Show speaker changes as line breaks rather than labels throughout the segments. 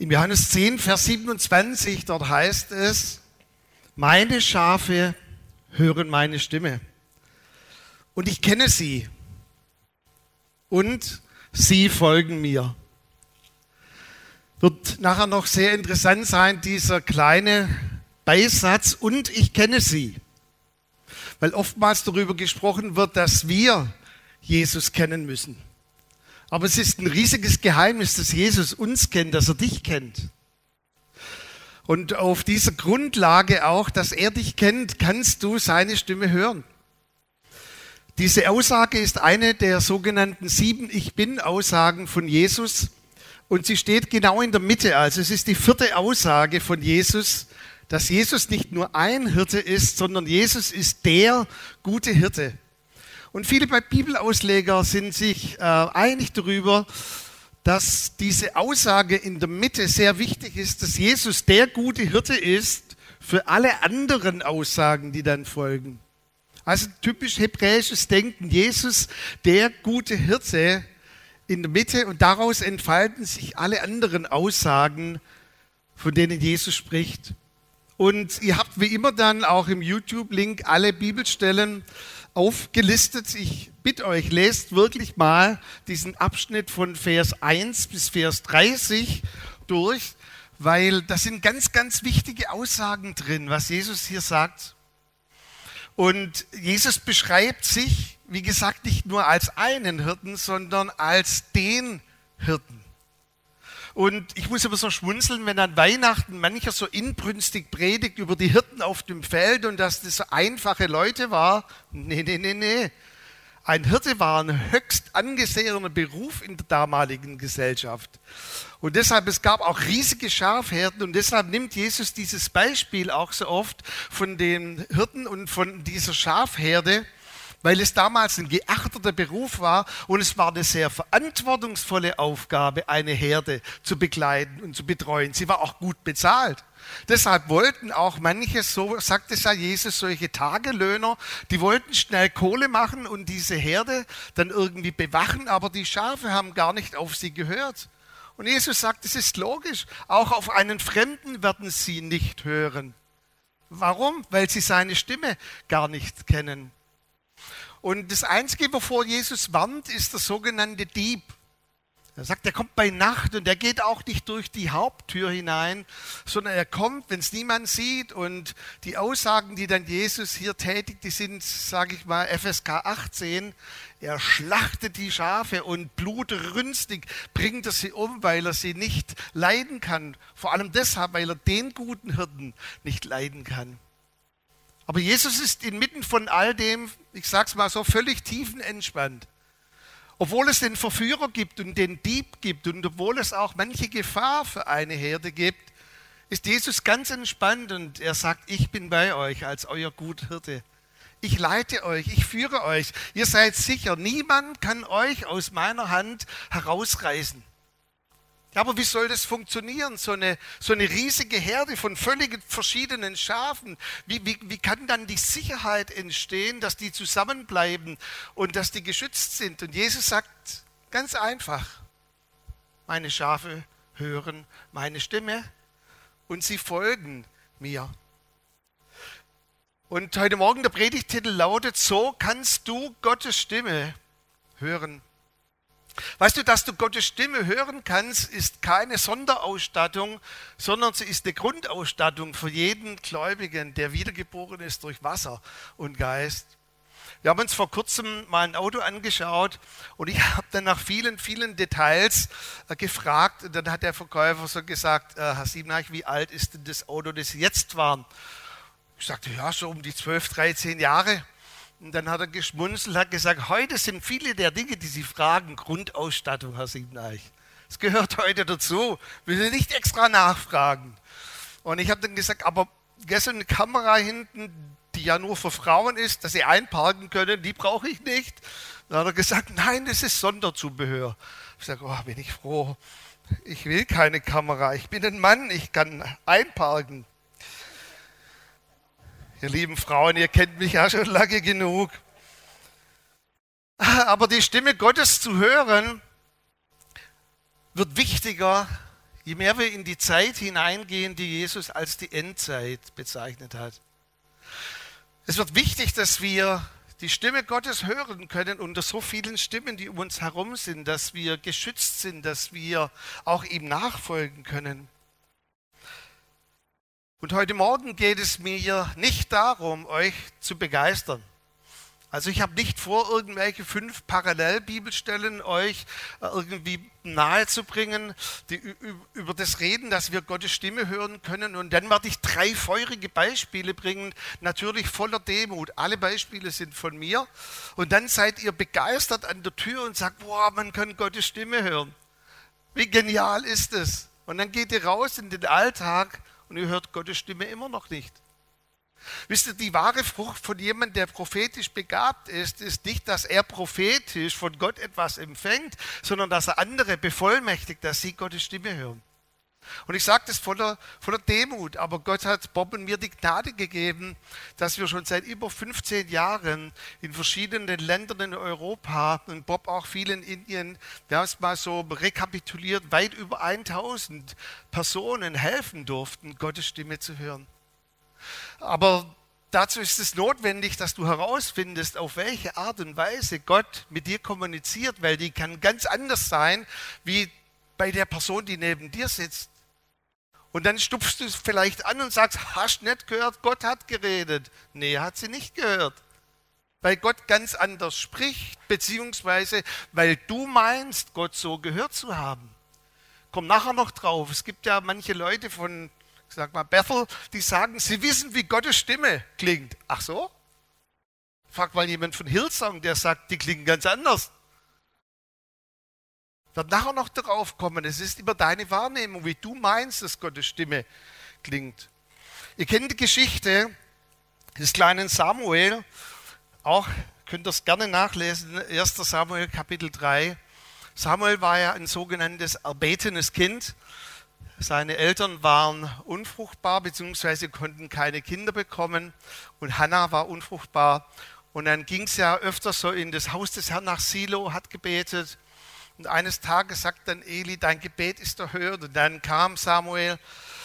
Im Johannes 10, Vers 27, dort heißt es, meine Schafe hören meine Stimme und ich kenne sie und sie folgen mir. Wird nachher noch sehr interessant sein, dieser kleine Beisatz, und ich kenne sie. Weil oftmals darüber gesprochen wird, dass wir Jesus kennen müssen. Aber es ist ein riesiges Geheimnis, dass Jesus uns kennt, dass er dich kennt. Und auf dieser Grundlage auch, dass er dich kennt, kannst du seine Stimme hören. Diese Aussage ist eine der sogenannten 7 Ich-Bin-Aussagen von Jesus. Und sie steht genau in der Mitte. Also es ist die 4. Aussage von Jesus, dass Jesus nicht nur ein Hirte ist, sondern Jesus ist der gute Hirte. Und viele Bibelausleger sind sich einig darüber, dass diese Aussage in der Mitte sehr wichtig ist, dass Jesus der gute Hirte ist für alle anderen Aussagen, die dann folgen. Also typisch hebräisches Denken, Jesus der gute Hirte in der Mitte, und daraus entfalten sich alle anderen Aussagen, von denen Jesus spricht. Und ihr habt wie immer dann auch im YouTube-Link alle Bibelstellen aufgelistet. Ich bitte euch, lest wirklich mal diesen Abschnitt von Vers 1 bis Vers 30 durch, weil da sind ganz, ganz wichtige Aussagen drin, was Jesus hier sagt. Und Jesus beschreibt sich, wie gesagt, nicht nur als einen Hirten, sondern als den Hirten. Und ich muss aber so schmunzeln, wenn an Weihnachten mancher so inbrünstig predigt über die Hirten auf dem Feld und dass das so einfache Leute war. Nee. Ein Hirte war ein höchst angesehener Beruf in der damaligen Gesellschaft. Und deshalb, es gab auch riesige Schafherden, und deshalb nimmt Jesus dieses Beispiel auch so oft von den Hirten und von dieser Schafherde, weil es damals ein geachteter Beruf war und es war eine sehr verantwortungsvolle Aufgabe, eine Herde zu begleiten und zu betreuen. Sie war auch gut bezahlt. Deshalb wollten auch manche, so sagt es ja Jesus, solche Tagelöhner, die wollten schnell Kohle machen und diese Herde dann irgendwie bewachen, aber die Schafe haben gar nicht auf sie gehört. Und Jesus sagt, es ist logisch, auch auf einen Fremden werden sie nicht hören. Warum? Weil sie seine Stimme gar nicht kennen. Und das Einzige, wovor Jesus warnt, ist der sogenannte Dieb. Er sagt, er kommt bei Nacht und er geht auch nicht durch die Haupttür hinein, sondern er kommt, wenn es niemand sieht. Und die Aussagen, die dann Jesus hier tätigt, die sind, sage ich mal, FSK 18. Er schlachtet die Schafe und blutrünstig bringt er sie um, weil er sie nicht leiden kann. Vor allem deshalb, weil er den guten Hirten nicht leiden kann. Aber Jesus ist inmitten von all dem, ich sag's mal so, völlig tiefenentspannt. Obwohl es den Verführer gibt und den Dieb gibt und obwohl es auch manche Gefahr für eine Herde gibt, ist Jesus ganz entspannt und er sagt, ich bin bei euch als euer guter Hirte. Ich leite euch, ich führe euch. Ihr seid sicher, niemand kann euch aus meiner Hand herausreißen. Ja, aber wie soll das funktionieren? So eine riesige Herde von völlig verschiedenen Schafen. Wie kann dann die Sicherheit entstehen, dass die zusammenbleiben und dass die geschützt sind? Und Jesus sagt ganz einfach, meine Schafe hören meine Stimme und sie folgen mir. Und heute Morgen der Predigttitel lautet, so kannst du Gottes Stimme hören. Weißt du, dass du Gottes Stimme hören kannst, ist keine Sonderausstattung, sondern sie ist eine Grundausstattung für jeden Gläubigen, der wiedergeboren ist durch Wasser und Geist. Wir haben uns vor kurzem mal ein Auto angeschaut und ich habe dann nach vielen, vielen Details gefragt. Und dann hat der Verkäufer so gesagt, Herr Siebenreich, wie alt ist denn das Auto, das Sie jetzt waren? Ich sagte, ja, so um die 12, 13 Jahre. Und dann hat er geschmunzelt, hat gesagt, heute sind viele der Dinge, die Sie fragen, Grundausstattung, Herr Siebenreich. Das gehört heute dazu. Wir will nicht extra nachfragen. Und ich habe dann gesagt, aber gestern eine Kamera hinten, die ja nur für Frauen ist, dass sie einparken können, die brauche ich nicht. Dann hat er gesagt, nein, das ist Sonderzubehör. Ich sage, oh, bin ich froh. Ich will keine Kamera. Ich bin ein Mann, ich kann einparken. Ihr lieben Frauen, ihr kennt mich ja schon lange genug. Aber die Stimme Gottes zu hören, wird wichtiger, je mehr wir in die Zeit hineingehen, die Jesus als die Endzeit bezeichnet hat. Es wird wichtig, dass wir die Stimme Gottes hören können unter so vielen Stimmen, die um uns herum sind, dass wir geschützt sind, dass wir auch ihm nachfolgen können. Und heute Morgen geht es mir nicht darum, euch zu begeistern. Also ich habe nicht vor, irgendwelche 5 Parallelbibelstellen euch irgendwie nahezubringen, die über das reden, dass wir Gottes Stimme hören können. Und dann werde ich 3 feurige Beispiele bringen, natürlich voller Demut. Alle Beispiele sind von mir. Und dann seid ihr begeistert an der Tür und sagt, boah, man kann Gottes Stimme hören. Wie genial ist es? Und dann geht ihr raus in den Alltag und ihr hört Gottes Stimme immer noch nicht. Wisst ihr, die wahre Frucht von jemandem, der prophetisch begabt ist nicht, dass er prophetisch von Gott etwas empfängt, sondern dass er andere bevollmächtigt, dass sie Gottes Stimme hören. Und ich sage das voller Demut, aber Gott hat Bob und mir die Gnade gegeben, dass wir schon seit über 15 Jahren in verschiedenen Ländern in Europa und Bob auch viel in Indien, wir haben es mal so rekapituliert, weit über 1000 Personen helfen durften, Gottes Stimme zu hören. Aber dazu ist es notwendig, dass du herausfindest, auf welche Art und Weise Gott mit dir kommuniziert, weil die kann ganz anders sein, wie bei der Person, die neben dir sitzt. Und dann stupfst du es vielleicht an und sagst, hast du nicht gehört, Gott hat geredet. Nee, hat sie nicht gehört. Weil Gott ganz anders spricht, beziehungsweise weil du meinst, Gott so gehört zu haben. Komm nachher noch drauf. Es gibt ja manche Leute von, ich sag mal, Bethel, die sagen, sie wissen, wie Gottes Stimme klingt. Ach so? Frag mal jemand von Hillsong, der sagt, die klingen ganz anders. Wird nachher noch darauf kommen. Es ist über deine Wahrnehmung, wie du meinst, dass Gottes Stimme klingt. Ihr kennt die Geschichte des kleinen Samuel. Auch könnt ihr es gerne nachlesen. 1. Samuel Kapitel 3. Samuel war ja ein sogenanntes erbetenes Kind. Seine Eltern waren unfruchtbar bzw. konnten keine Kinder bekommen und Hannah war unfruchtbar. Und dann ging es ja öfter so in das Haus des Herrn nach Silo, hat gebetet. Und eines Tages sagt dann Eli, dein Gebet ist erhört. Und dann kam Samuel.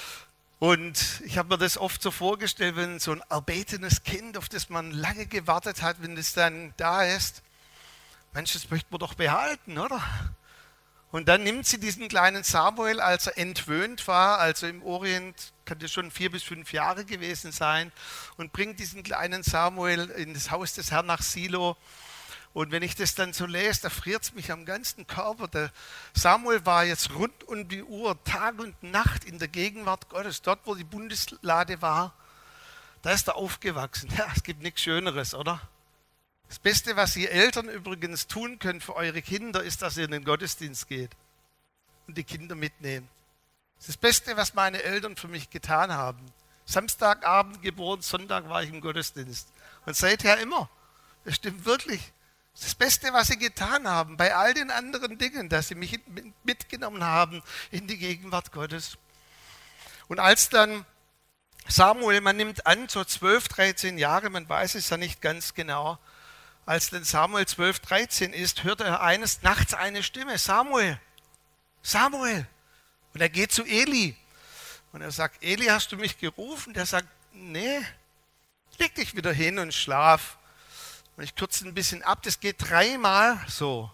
Und ich habe mir das oft so vorgestellt, wenn so ein erbetenes Kind, auf das man lange gewartet hat, wenn es dann da ist. Mensch, das möchte man doch behalten, oder? Und dann nimmt sie diesen kleinen Samuel, als er entwöhnt war, also im Orient, kann das schon 4 bis 5 Jahre gewesen sein, und bringt diesen kleinen Samuel in das Haus des Herrn nach Silo. Und wenn ich das dann so lese, da friert es mich am ganzen Körper. Der Samuel war jetzt rund um die Uhr, Tag und Nacht in der Gegenwart Gottes, dort wo die Bundeslade war. Da ist er aufgewachsen. Ja, es gibt nichts Schöneres, oder? Das Beste, was ihr Eltern übrigens tun könnt für eure Kinder, ist, dass ihr in den Gottesdienst geht und die Kinder mitnehmt. Das ist das Beste, was meine Eltern für mich getan haben. Samstagabend geboren, Sonntag war ich im Gottesdienst. Und seither immer. Das stimmt wirklich. Das ist das Beste, was sie getan haben, bei all den anderen Dingen, dass sie mich mitgenommen haben in die Gegenwart Gottes. Und als dann Samuel, man nimmt an, so 12, 13 Jahre, man weiß es ja nicht ganz genau, als dann Samuel 12, 13 ist, hört er eines Nachts eine Stimme, Samuel, Samuel. Und er geht zu Eli. Und er sagt, Eli, hast du mich gerufen? Der sagt, nee, leg dich wieder hin und schlaf. Und ich kürze ein bisschen ab, das geht 3-mal so.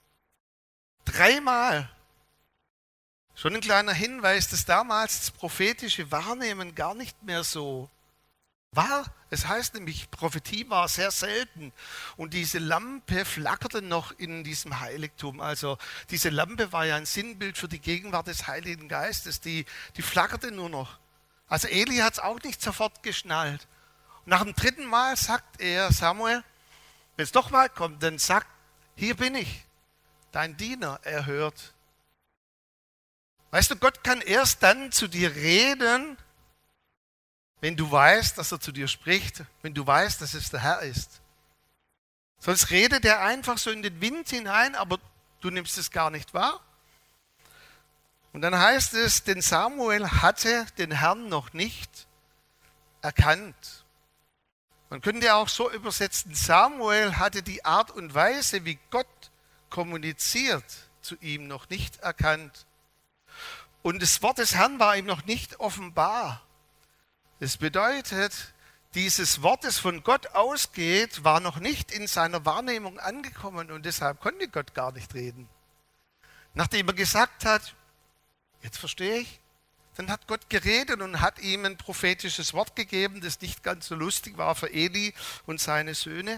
3-mal. Schon ein kleiner Hinweis, dass damals das prophetische Wahrnehmen gar nicht mehr so war. Es heißt nämlich, Prophetie war sehr selten. Und diese Lampe flackerte noch in diesem Heiligtum. Also diese Lampe war ja ein Sinnbild für die Gegenwart des Heiligen Geistes. Die flackerte nur noch. Also Eli hat es auch nicht sofort geschnallt. Und nach dem 3. Mal sagt er, Samuel, wenn es doch mal kommt, dann sagt, hier bin ich, dein Diener, er hört. Weißt du, Gott kann erst dann zu dir reden, wenn du weißt, dass er zu dir spricht, wenn du weißt, dass es der Herr ist. Sonst redet er einfach so in den Wind hinein, aber du nimmst es gar nicht wahr. Und dann heißt es, denn Samuel hatte den Herrn noch nicht erkannt. Man könnte auch so übersetzen, Samuel hatte die Art und Weise, wie Gott kommuniziert, zu ihm noch nicht erkannt. Und das Wort des Herrn war ihm noch nicht offenbar. Das bedeutet, dieses Wort, das von Gott ausgeht, war noch nicht in seiner Wahrnehmung angekommen und deshalb konnte Gott gar nicht reden. Nachdem er gesagt hat, jetzt verstehe ich, dann hat Gott geredet und hat ihm ein prophetisches Wort gegeben, das nicht ganz so lustig war für Eli und seine Söhne.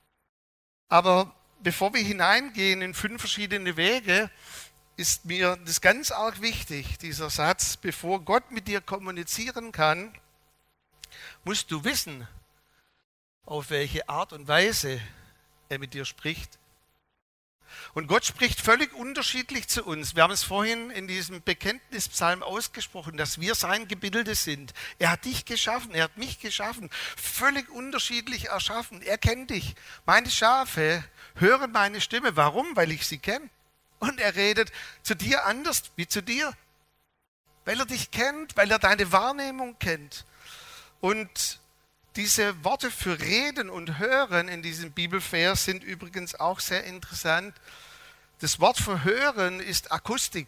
Aber bevor wir hineingehen in 5 verschiedene Wege, ist mir das ganz arg wichtig, dieser Satz, bevor Gott mit dir kommunizieren kann, musst du wissen, auf welche Art und Weise er mit dir spricht. Und Gott spricht völlig unterschiedlich zu uns. Wir haben es vorhin in diesem Bekenntnispsalm ausgesprochen, dass wir sein Gebilde sind. Er hat dich geschaffen, er hat mich geschaffen, völlig unterschiedlich erschaffen. Er kennt dich. Meine Schafe hören meine Stimme. Warum? Weil ich sie kenne. Und er redet zu dir anders wie zu dir. Weil er dich kennt, weil er deine Wahrnehmung kennt. Und diese Worte für Reden und Hören in diesem Bibelvers sind übrigens auch sehr interessant. Das Wort für Hören ist Akustik.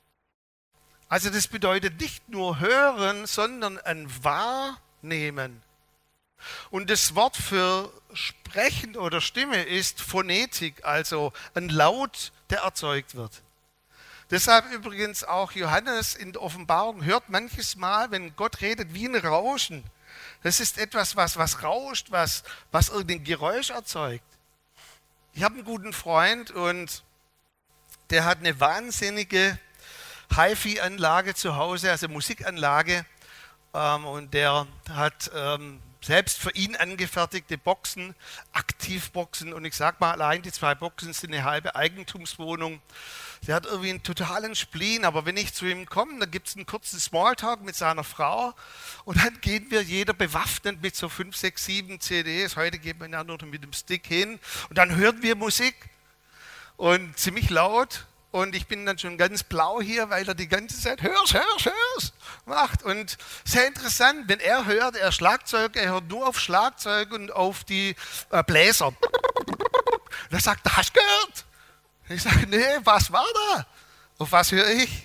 Also das bedeutet nicht nur Hören, sondern ein Wahrnehmen. Und das Wort für Sprechen oder Stimme ist Phonetik, also ein Laut, der erzeugt wird. Deshalb übrigens auch Johannes in der Offenbarung hört manches Mal, wenn Gott redet, wie ein Rauschen. Das ist etwas, was rauscht, was irgendein Geräusch erzeugt. Ich habe einen guten Freund und der hat eine wahnsinnige Hi-Fi-Anlage zu Hause, also Musikanlage. Und der hat selbst für ihn angefertigte Boxen, Aktivboxen. Und ich sage mal, allein die 2 Boxen sind eine halbe Eigentumswohnung. Der hat irgendwie einen totalen Spleen, aber wenn ich zu ihm komme, dann gibt es einen kurzen Smalltalk mit seiner Frau und dann gehen wir jeder bewaffnet mit so 5, 6, 7 CDs. Heute geht man ja nur mit dem Stick hin und dann hören wir Musik und ziemlich laut und ich bin dann schon ganz blau hier, weil er die ganze Zeit hörst macht und sehr interessant, wenn er hört, er Schlagzeug, er hört nur auf Schlagzeug und auf die Bläser. Und dann sagt er, hast du gehört? Ich sage, nee, was war da? Auf was höre ich?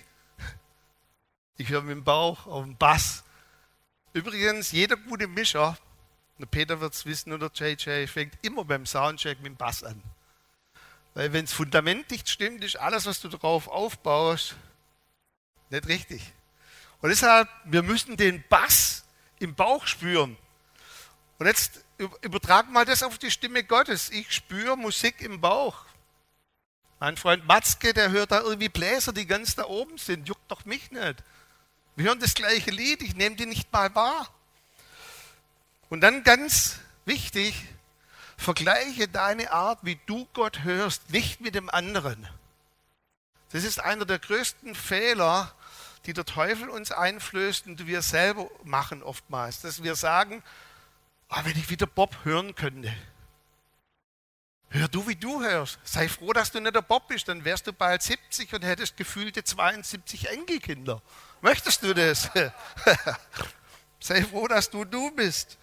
Ich höre mit dem Bauch auf den Bass. Übrigens, jeder gute Mischer, der Peter wird es wissen oder JJ, fängt immer beim Soundcheck mit dem Bass an. Weil wenn das Fundament nicht stimmt, ist alles, was du darauf aufbaust, nicht richtig. Und deshalb, wir müssen den Bass im Bauch spüren. Und jetzt übertragen mal das auf die Stimme Gottes. Ich spüre Musik im Bauch. Mein Freund Matzke, der hört da irgendwie Bläser, die ganz da oben sind. Juckt doch mich nicht. Wir hören das gleiche Lied, ich nehme die nicht mal wahr. Und dann ganz wichtig, vergleiche deine Art, wie du Gott hörst, nicht mit dem anderen. Das ist einer der größten Fehler, die der Teufel uns einflößt und die wir selber machen oftmals. Dass wir sagen, wenn ich wieder Bob hören könnte. Hör du, wie du hörst. Sei froh, dass du nicht der Bob bist, dann wärst du bald 70 und hättest gefühlte 72 Enkelkinder. Möchtest du das? Sei froh, dass du bist.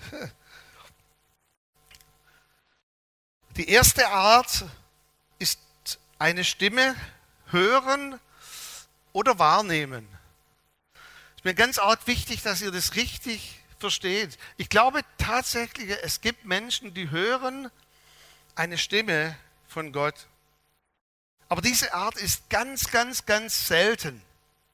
Die erste Art ist eine Stimme hören oder wahrnehmen. Es ist mir ganz arg wichtig, dass ihr das richtig versteht. Ich glaube tatsächlich, es gibt Menschen, die hören eine Stimme von Gott. Aber diese Art ist ganz, ganz, ganz selten.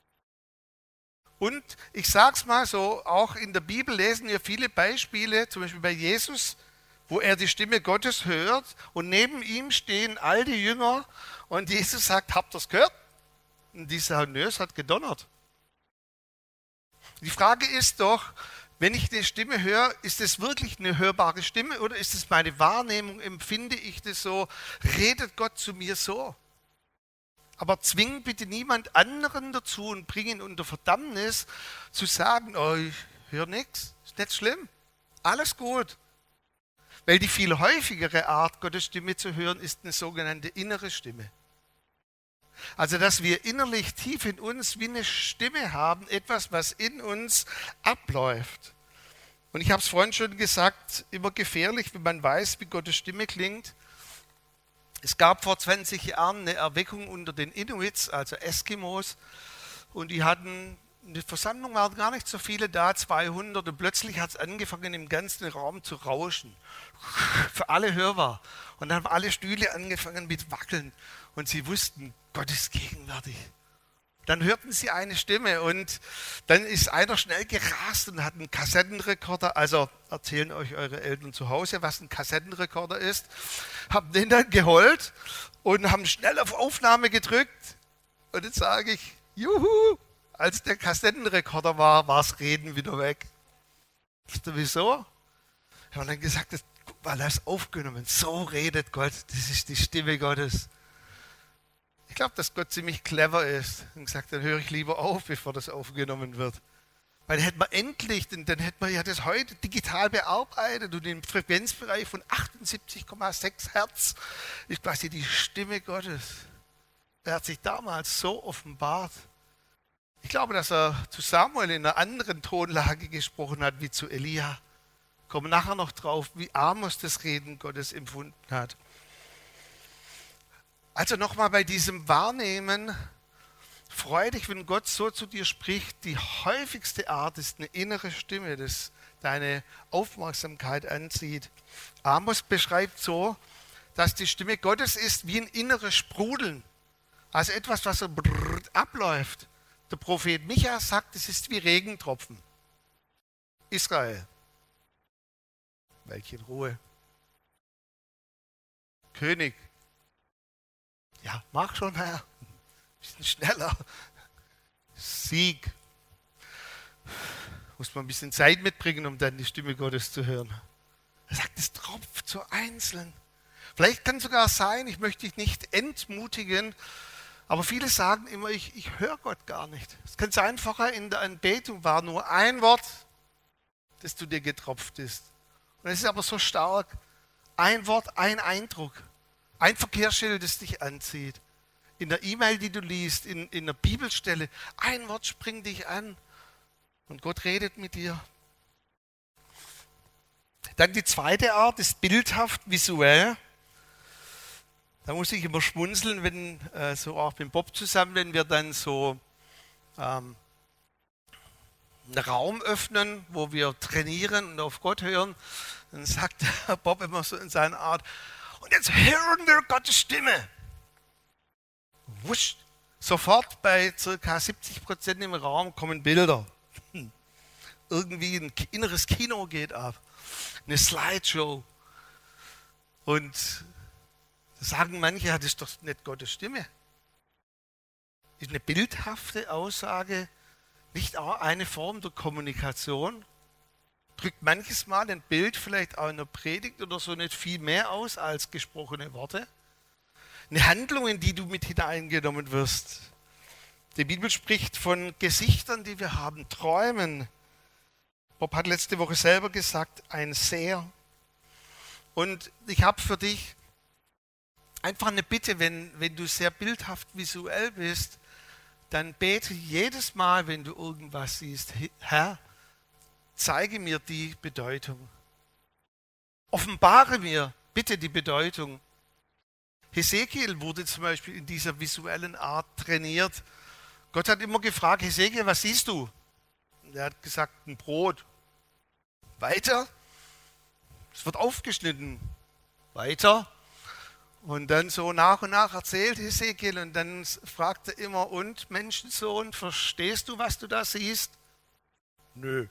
Und ich sage es mal so, auch in der Bibel lesen wir viele Beispiele, zum Beispiel bei Jesus, wo er die Stimme Gottes hört und neben ihm stehen all die Jünger und Jesus sagt, habt ihr es gehört? Und die sagen, nö, es hat gedonnert. Die Frage ist doch, wenn ich eine Stimme höre, ist es wirklich eine hörbare Stimme oder ist es meine Wahrnehmung, empfinde ich das so, redet Gott zu mir so? Aber zwing bitte niemand anderen dazu und bring ihn unter Verdammnis, zu sagen, ich höre nichts, ist nicht schlimm, alles gut. Weil die viel häufigere Art, Gottes Stimme zu hören, ist eine sogenannte innere Stimme. Also, dass wir innerlich tief in uns wie eine Stimme haben, etwas, was in uns abläuft. Und ich habe es vorhin schon gesagt, immer gefährlich, wenn man weiß, wie Gottes Stimme klingt. Es gab vor 20 Jahren eine Erweckung unter den Inuits, also Eskimos. und die hatten, in der Versammlung waren gar nicht so viele da, 200, und plötzlich hat es angefangen, im ganzen Raum zu rauschen. Für alle hörbar. Und dann haben alle Stühle angefangen mit wackeln und sie wussten, Gott ist gegenwärtig. Dann hörten sie eine Stimme und dann ist einer schnell gerast und hat einen Kassettenrekorder, also erzählen euch eure Eltern zu Hause, was ein Kassettenrekorder ist, haben den dann geholt und haben schnell auf Aufnahme gedrückt und jetzt sage ich, juhu, als der Kassettenrekorder war das Reden wieder weg. Wisst ihr wieso? Wir haben dann gesagt, guck mal, das ist aufgenommen, so redet Gott, das ist die Stimme Gottes. Ich glaube, dass Gott ziemlich clever ist und gesagt, dann höre ich lieber auf, bevor das aufgenommen wird. Weil dann hätten wir endlich, dann hätten wir ja das heute digital bearbeitet und im Frequenzbereich von 78,6 Hertz ist quasi die Stimme Gottes. Er hat sich damals so offenbart. Ich glaube, dass er zu Samuel in einer anderen Tonlage gesprochen hat, wie zu Elia. Kommen nachher noch drauf, wie Amos das Reden Gottes empfunden hat. Also nochmal bei diesem Wahrnehmen, freu dich, wenn Gott so zu dir spricht. Die häufigste Art ist eine innere Stimme, das deine Aufmerksamkeit anzieht. Amos beschreibt so, dass die Stimme Gottes ist wie ein inneres Sprudeln. Also etwas, was so abläuft. Der Prophet Micha sagt, es ist wie Regentropfen. Israel. Welche Ruhe. König. Ja, mach schon, Herr. Ein bisschen schneller. Sieg. Muss man ein bisschen Zeit mitbringen, um dann die Stimme Gottes zu hören. Er sagt, es tropft so einzeln. Vielleicht kann es sogar sein, ich möchte dich nicht entmutigen, aber viele sagen immer, ich höre Gott gar nicht. Es kann sein, vorher in der Anbetung war nur ein Wort, das zu dir getropft ist. Und es ist aber so stark. Ein Wort, ein Eindruck. Ein Verkehrsschild, das dich anzieht. In der E-Mail, die du liest, in der Bibelstelle, ein Wort springt dich an und Gott redet mit dir. Dann die zweite Art ist bildhaft, visuell. Da muss ich immer schmunzeln, wenn so auch mit Bob zusammen, wenn wir dann so einen Raum öffnen, wo wir trainieren und auf Gott hören, dann sagt Bob immer so in seiner Art, und jetzt hören wir Gottes Stimme. Wusch, sofort bei ca. 70% im Raum kommen Bilder. Irgendwie ein inneres Kino geht ab. Eine Slideshow. Und da sagen manche, das ist doch nicht Gottes Stimme. Ist eine bildhafte Aussage nicht auch eine Form der Kommunikation? Drückt manches Mal ein Bild vielleicht auch in der Predigt oder so nicht viel mehr aus als gesprochene Worte? Eine Handlung, in die du mit hineingenommen wirst. Die Bibel spricht von Gesichtern, die wir haben, Träumen. Bob hat letzte Woche selber gesagt, ein Seher. Und ich habe für dich einfach eine Bitte, wenn du sehr bildhaft visuell bist, dann bete jedes Mal, wenn du irgendwas siehst, Herr, zeige mir die Bedeutung. Offenbare mir bitte die Bedeutung. Hesekiel wurde zum Beispiel in dieser visuellen Art trainiert. Gott hat immer gefragt, Hesekiel, was siehst du? Und er hat gesagt, ein Brot. Weiter. Es wird aufgeschnitten. Weiter. Und dann so nach und nach erzählt Hesekiel und dann fragt er immer, und Menschensohn, verstehst du, was du da siehst? Nö.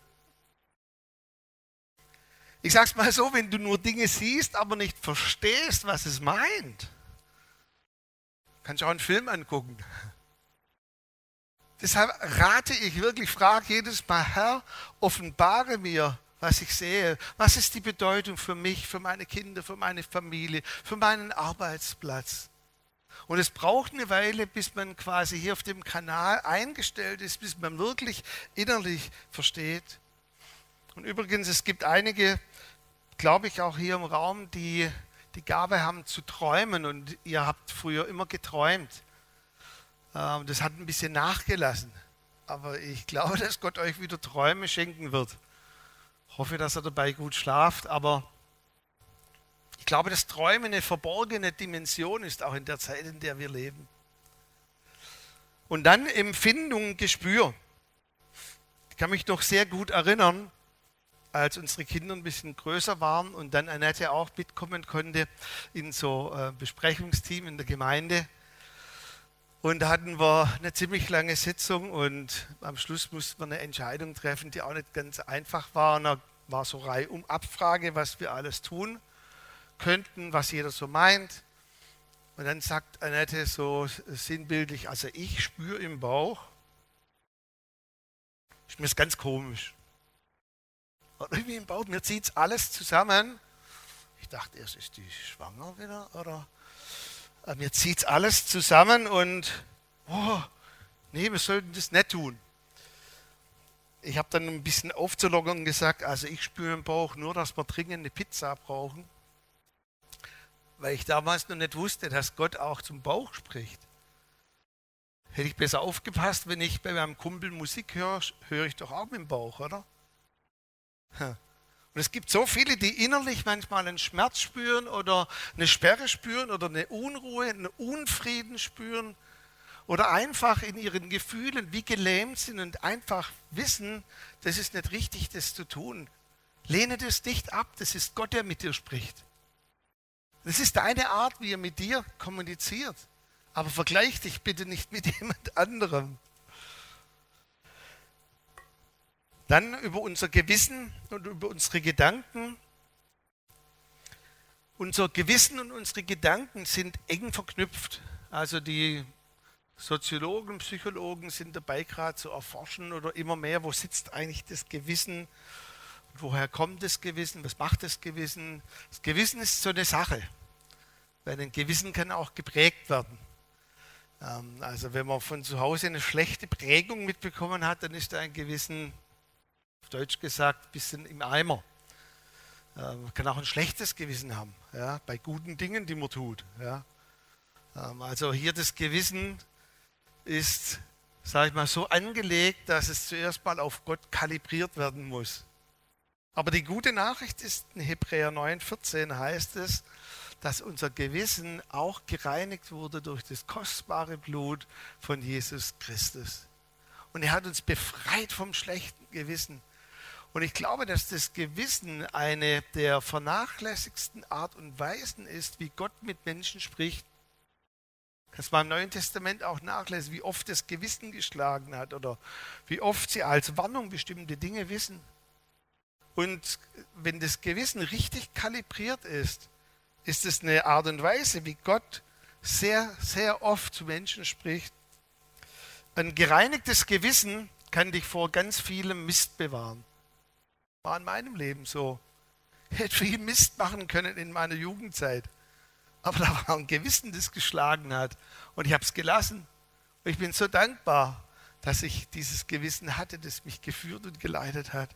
Ich sag's mal so, wenn du nur Dinge siehst, aber nicht verstehst, was es meint, kannst du auch einen Film angucken. Deshalb rate ich wirklich, frage jedes Mal, Herr, offenbare mir, was ich sehe. Was ist die Bedeutung für mich, für meine Kinder, für meine Familie, für meinen Arbeitsplatz? Und es braucht eine Weile, bis man quasi hier auf dem Kanal eingestellt ist, bis man wirklich innerlich versteht. Und übrigens, es gibt einige, glaube ich, auch hier im Raum, die die Gabe haben zu träumen. Und ihr habt früher immer geträumt. Das hat ein bisschen nachgelassen. Aber ich glaube, dass Gott euch wieder Träume schenken wird. Ich hoffe, dass ihr dabei gut schlaft. Aber ich glaube, dass Träumen eine verborgene Dimension ist, auch in der Zeit, in der wir leben. Und dann Empfindung, Gespür. Ich kann mich noch sehr gut erinnern, als unsere Kinder ein bisschen größer waren und dann Annette auch mitkommen konnte in so ein Besprechungsteam in der Gemeinde. Und da hatten wir eine ziemlich lange Sitzung und am Schluss mussten wir eine Entscheidung treffen, die auch nicht ganz einfach war. Und da war so Reihe um Abfrage, was wir alles tun könnten, was jeder so meint. Und dann sagt Annette so sinnbildlich, also ich spüre im Bauch, ist mir ganz komisch. Und irgendwie im Bauch, mir zieht es alles zusammen. Ich dachte erst, ist die schwanger wieder? Oder mir zieht es alles zusammen und nee, wir sollten das nicht tun. Ich habe dann ein bisschen aufzulockern gesagt, also ich spüre im Bauch nur, dass wir dringend eine Pizza brauchen. Weil ich damals noch nicht wusste, dass Gott auch zum Bauch spricht. Hätte ich besser aufgepasst, wenn ich bei meinem Kumpel Musik höre, höre ich doch auch mit dem Bauch, oder? Und es gibt so viele, die innerlich manchmal einen Schmerz spüren oder eine Sperre spüren oder eine Unruhe, einen Unfrieden spüren oder einfach in ihren Gefühlen wie gelähmt sind und einfach wissen, das ist nicht richtig, das zu tun. Lehne das nicht ab, das ist Gott, der mit dir spricht. Das ist deine Art, wie er mit dir kommuniziert. Aber vergleich dich bitte nicht mit jemand anderem. Dann über unser Gewissen und über unsere Gedanken. Unser Gewissen und unsere Gedanken sind eng verknüpft. Also die Soziologen, Psychologen sind dabei gerade zu erforschen oder immer mehr, wo sitzt eigentlich das Gewissen, woher kommt das Gewissen, was macht das Gewissen. Das Gewissen ist so eine Sache, weil ein Gewissen kann auch geprägt werden. Also wenn man von zu Hause eine schlechte Prägung mitbekommen hat, dann ist da ein Gewissen, auf Deutsch gesagt, ein bisschen im Eimer. Man kann auch ein schlechtes Gewissen haben, ja, bei guten Dingen, die man tut. Ja. Also hier das Gewissen ist, sage ich mal, so angelegt, dass es zuerst mal auf Gott kalibriert werden muss. Aber die gute Nachricht ist, in Hebräer 9,14 heißt es, dass unser Gewissen auch gereinigt wurde durch das kostbare Blut von Jesus Christus. Und er hat uns befreit vom schlechten Gewissen. Und ich glaube, dass das Gewissen eine der vernachlässigsten Art und Weisen ist, wie Gott mit Menschen spricht. Kannst du mal im Neuen Testament auch nachlesen, wie oft das Gewissen geschlagen hat oder wie oft sie als Warnung bestimmte Dinge wissen. Und wenn das Gewissen richtig kalibriert ist, ist es eine Art und Weise, wie Gott sehr, sehr oft zu Menschen spricht. Ein gereinigtes Gewissen kann dich vor ganz vielem Mist bewahren. War in meinem Leben so. Ich hätte viel Mist machen können in meiner Jugendzeit. Aber da war ein Gewissen, das geschlagen hat. Und ich habe es gelassen. Und ich bin so dankbar, dass ich dieses Gewissen hatte, das mich geführt und geleitet hat.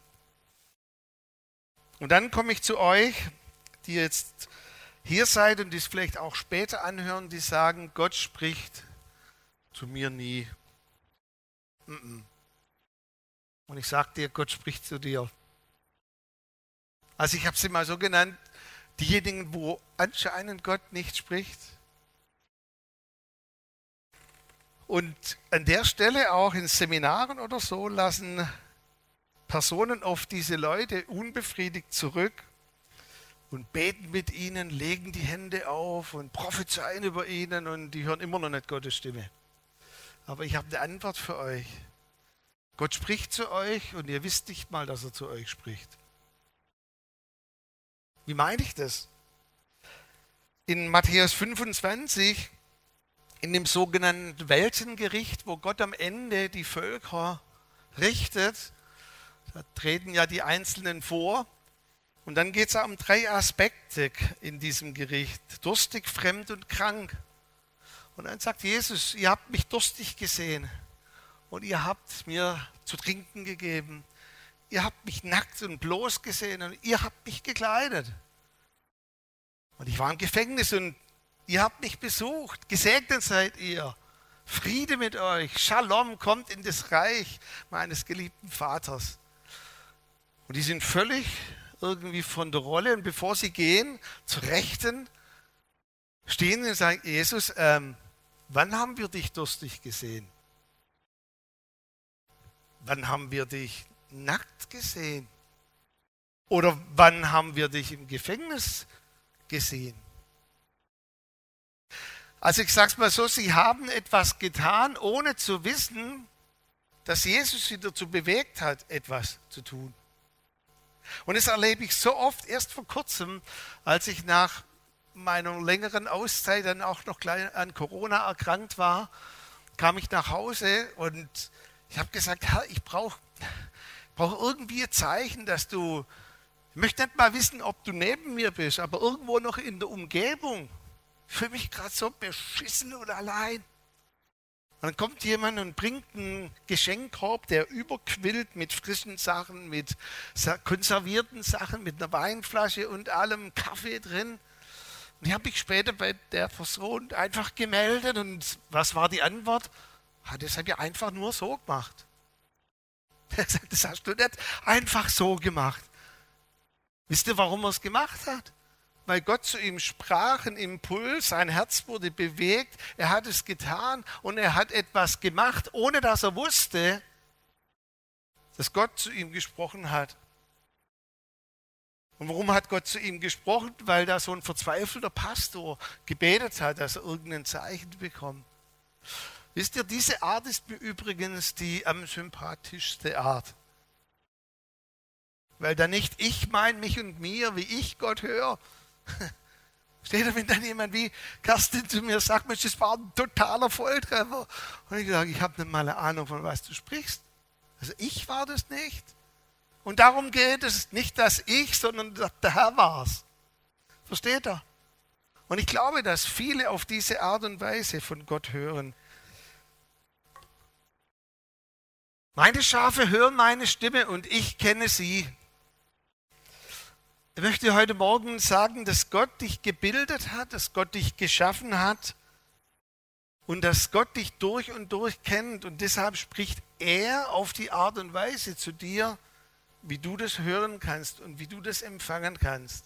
Und dann komme ich zu euch, die jetzt hier seid und die es vielleicht auch später anhören, die sagen, Gott spricht zu mir nie. Und ich sage dir, Gott spricht zu dir. Also ich habe sie mal so genannt, diejenigen, wo anscheinend Gott nicht spricht. Und an der Stelle auch in Seminaren oder so lassen Personen oft diese Leute unbefriedigt zurück und beten mit ihnen, legen die Hände auf und prophezeien über ihnen und die hören immer noch nicht Gottes Stimme. Aber ich habe eine Antwort für euch. Gott spricht zu euch und ihr wisst nicht mal, dass er zu euch spricht. Wie meine ich das? In Matthäus 25, in dem sogenannten Weltengericht, wo Gott am Ende die Völker richtet, da treten ja die Einzelnen vor. Und dann geht es um 3 Aspekte in diesem Gericht. Durstig, fremd und krank. Und dann sagt Jesus, ihr habt mich durstig gesehen und ihr habt mir zu trinken gegeben. Ihr habt mich nackt und bloß gesehen und ihr habt mich gekleidet. Und ich war im Gefängnis und ihr habt mich besucht. Gesegnet seid ihr. Friede mit euch. Shalom, kommt in das Reich meines geliebten Vaters. Und die sind völlig irgendwie von der Rolle. Und bevor sie gehen, zur Rechten, stehen und sagen, Jesus, wann haben wir dich durstig gesehen? wann haben wir dich nackt gesehen? Oder wann haben wir dich im Gefängnis gesehen? Also ich sage es mal so, sie haben etwas getan, ohne zu wissen, dass Jesus sie dazu bewegt hat, etwas zu tun. Und das erlebe ich so oft, erst vor kurzem, als ich nach meiner längeren Auszeit dann auch noch gleich an Corona erkrankt war, kam ich nach Hause und ich habe gesagt, Herr, ich brauche irgendwie ein Zeichen, dass du, ich möchte nicht mal wissen, ob du neben mir bist, aber irgendwo noch in der Umgebung. Ich fühle mich gerade so beschissen und allein. Und dann kommt jemand und bringt einen Geschenkkorb, der überquillt mit frischen Sachen, mit konservierten Sachen, mit einer Weinflasche und allem Kaffee drin. Und ich habe mich später bei der Person einfach gemeldet und was war die Antwort? Das habe ich einfach nur so gemacht. Er sagt, das hast du nicht einfach so gemacht. Wisst ihr, warum er es gemacht hat? Weil Gott zu ihm sprach, ein Impuls, sein Herz wurde bewegt, er hat es getan und er hat etwas gemacht, ohne dass er wusste, dass Gott zu ihm gesprochen hat. Und warum hat Gott zu ihm gesprochen? Weil da so ein verzweifelter Pastor gebetet hat, dass er irgendein Zeichen bekommt. Wisst ihr, diese Art ist mir übrigens die am sympathischste Art. Weil da nicht ich mein, mich und mir, wie ich Gott höre. Steht da, wenn dann jemand wie Kerstin zu mir sagt, Mensch, das war ein totaler Volltreffer. Und ich sage, ich habe nicht mal eine Ahnung, von was du sprichst. Also ich war das nicht. Und darum geht es nicht, dass ich, sondern der Herr war es. Versteht ihr? Und ich glaube, dass viele auf diese Art und Weise von Gott hören. Meine Schafe hören meine Stimme und ich kenne sie. Ich möchte heute Morgen sagen, dass Gott dich gebildet hat, dass Gott dich geschaffen hat und dass Gott dich durch und durch kennt. Und deshalb spricht er auf die Art und Weise zu dir, wie du das hören kannst und wie du das empfangen kannst.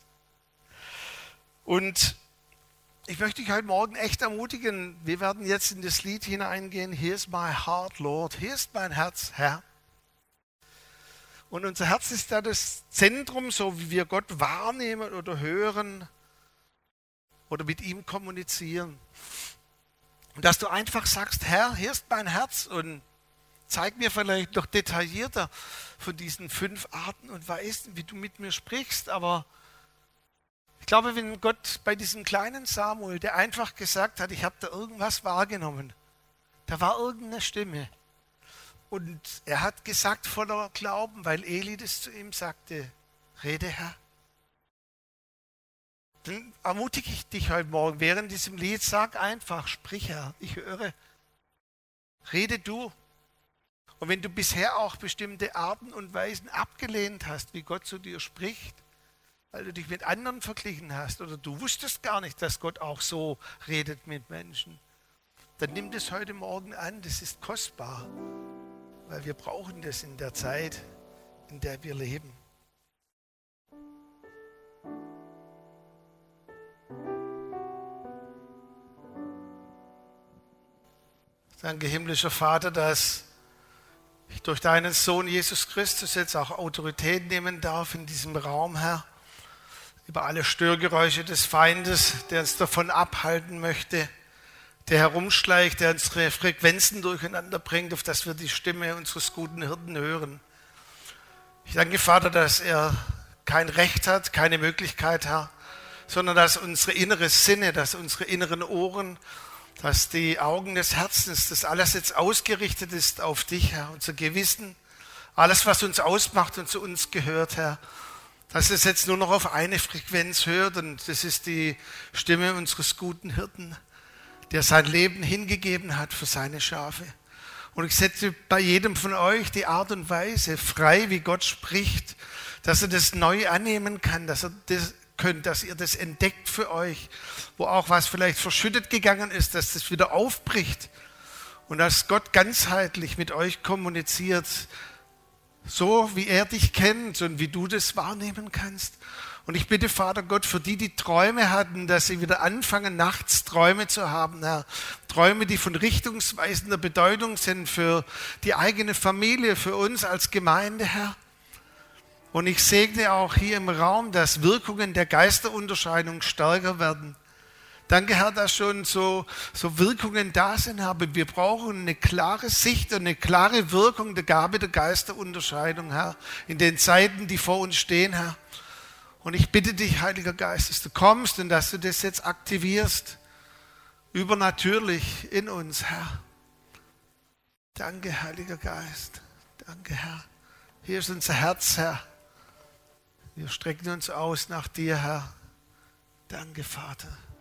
Und ich möchte dich heute Morgen echt ermutigen, wir werden jetzt in das Lied hineingehen, Here's my heart, Lord, hier ist mein Herz, Herr. Und unser Herz ist da das Zentrum, so wie wir Gott wahrnehmen oder hören oder mit ihm kommunizieren. Und dass du einfach sagst, Herr, hier ist mein Herz und zeig mir vielleicht noch detaillierter von diesen 5 Arten und Weisen, wie du mit mir sprichst. Aber ich glaube, wenn Gott bei diesem kleinen Samuel, der einfach gesagt hat, ich habe da irgendwas wahrgenommen, da war irgendeine Stimme. Und er hat gesagt voller Glauben, weil Eli das zu ihm sagte, rede Herr. Dann ermutige ich dich heute Morgen, während diesem Lied, sag einfach, sprich Herr, ich höre. Rede du. Und wenn du bisher auch bestimmte Arten und Weisen abgelehnt hast, wie Gott zu dir spricht, weil du dich mit anderen verglichen hast oder du wusstest gar nicht, dass Gott auch so redet mit Menschen, dann nimm das heute Morgen an, das ist kostbar. Weil wir brauchen das in der Zeit, in der wir leben. Danke, himmlischer Vater, dass ich durch deinen Sohn Jesus Christus jetzt auch Autorität nehmen darf in diesem Raum, Herr, über alle Störgeräusche des Feindes, der uns davon abhalten möchte, der herumschleicht, der unsere Frequenzen durcheinander bringt, auf dass wir die Stimme unseres guten Hirten hören. Ich danke, Vater, dass er kein Recht hat, keine Möglichkeit hat, sondern dass unsere inneren Sinne, dass unsere inneren Ohren, dass die Augen des Herzens, dass alles jetzt ausgerichtet ist auf dich, Herr, unser Gewissen, alles, was uns ausmacht und zu uns gehört, Herr, dass es jetzt nur noch auf eine Frequenz hört und das ist die Stimme unseres guten Hirten, der sein Leben hingegeben hat für seine Schafe. Und ich setze bei jedem von euch die Art und Weise frei, wie Gott spricht, dass er das neu annehmen kann, dass ihr das entdeckt für euch, wo auch was vielleicht verschüttet gegangen ist, dass das wieder aufbricht und dass Gott ganzheitlich mit euch kommuniziert, so wie er dich kennt und wie du das wahrnehmen kannst. Und ich bitte, Vater Gott, für die, die Träume hatten, dass sie wieder anfangen, nachts Träume zu haben, Herr. Träume, die von richtungsweisender Bedeutung sind für die eigene Familie, für uns als Gemeinde, Herr. Und ich segne auch hier im Raum, dass Wirkungen der Geisterunterscheidung stärker werden. Danke, Herr, dass schon so Wirkungen da sind, Herr. Aber wir brauchen eine klare Sicht und eine klare Wirkung der Gabe der Geisterunterscheidung, Herr, in den Zeiten, die vor uns stehen, Herr. Und ich bitte dich, Heiliger Geist, dass du kommst und dass du das jetzt aktivierst, übernatürlich in uns, Herr. Danke, Heiliger Geist. Danke, Herr. Hier ist unser Herz, Herr. Wir strecken uns aus nach dir, Herr. Danke, Vater.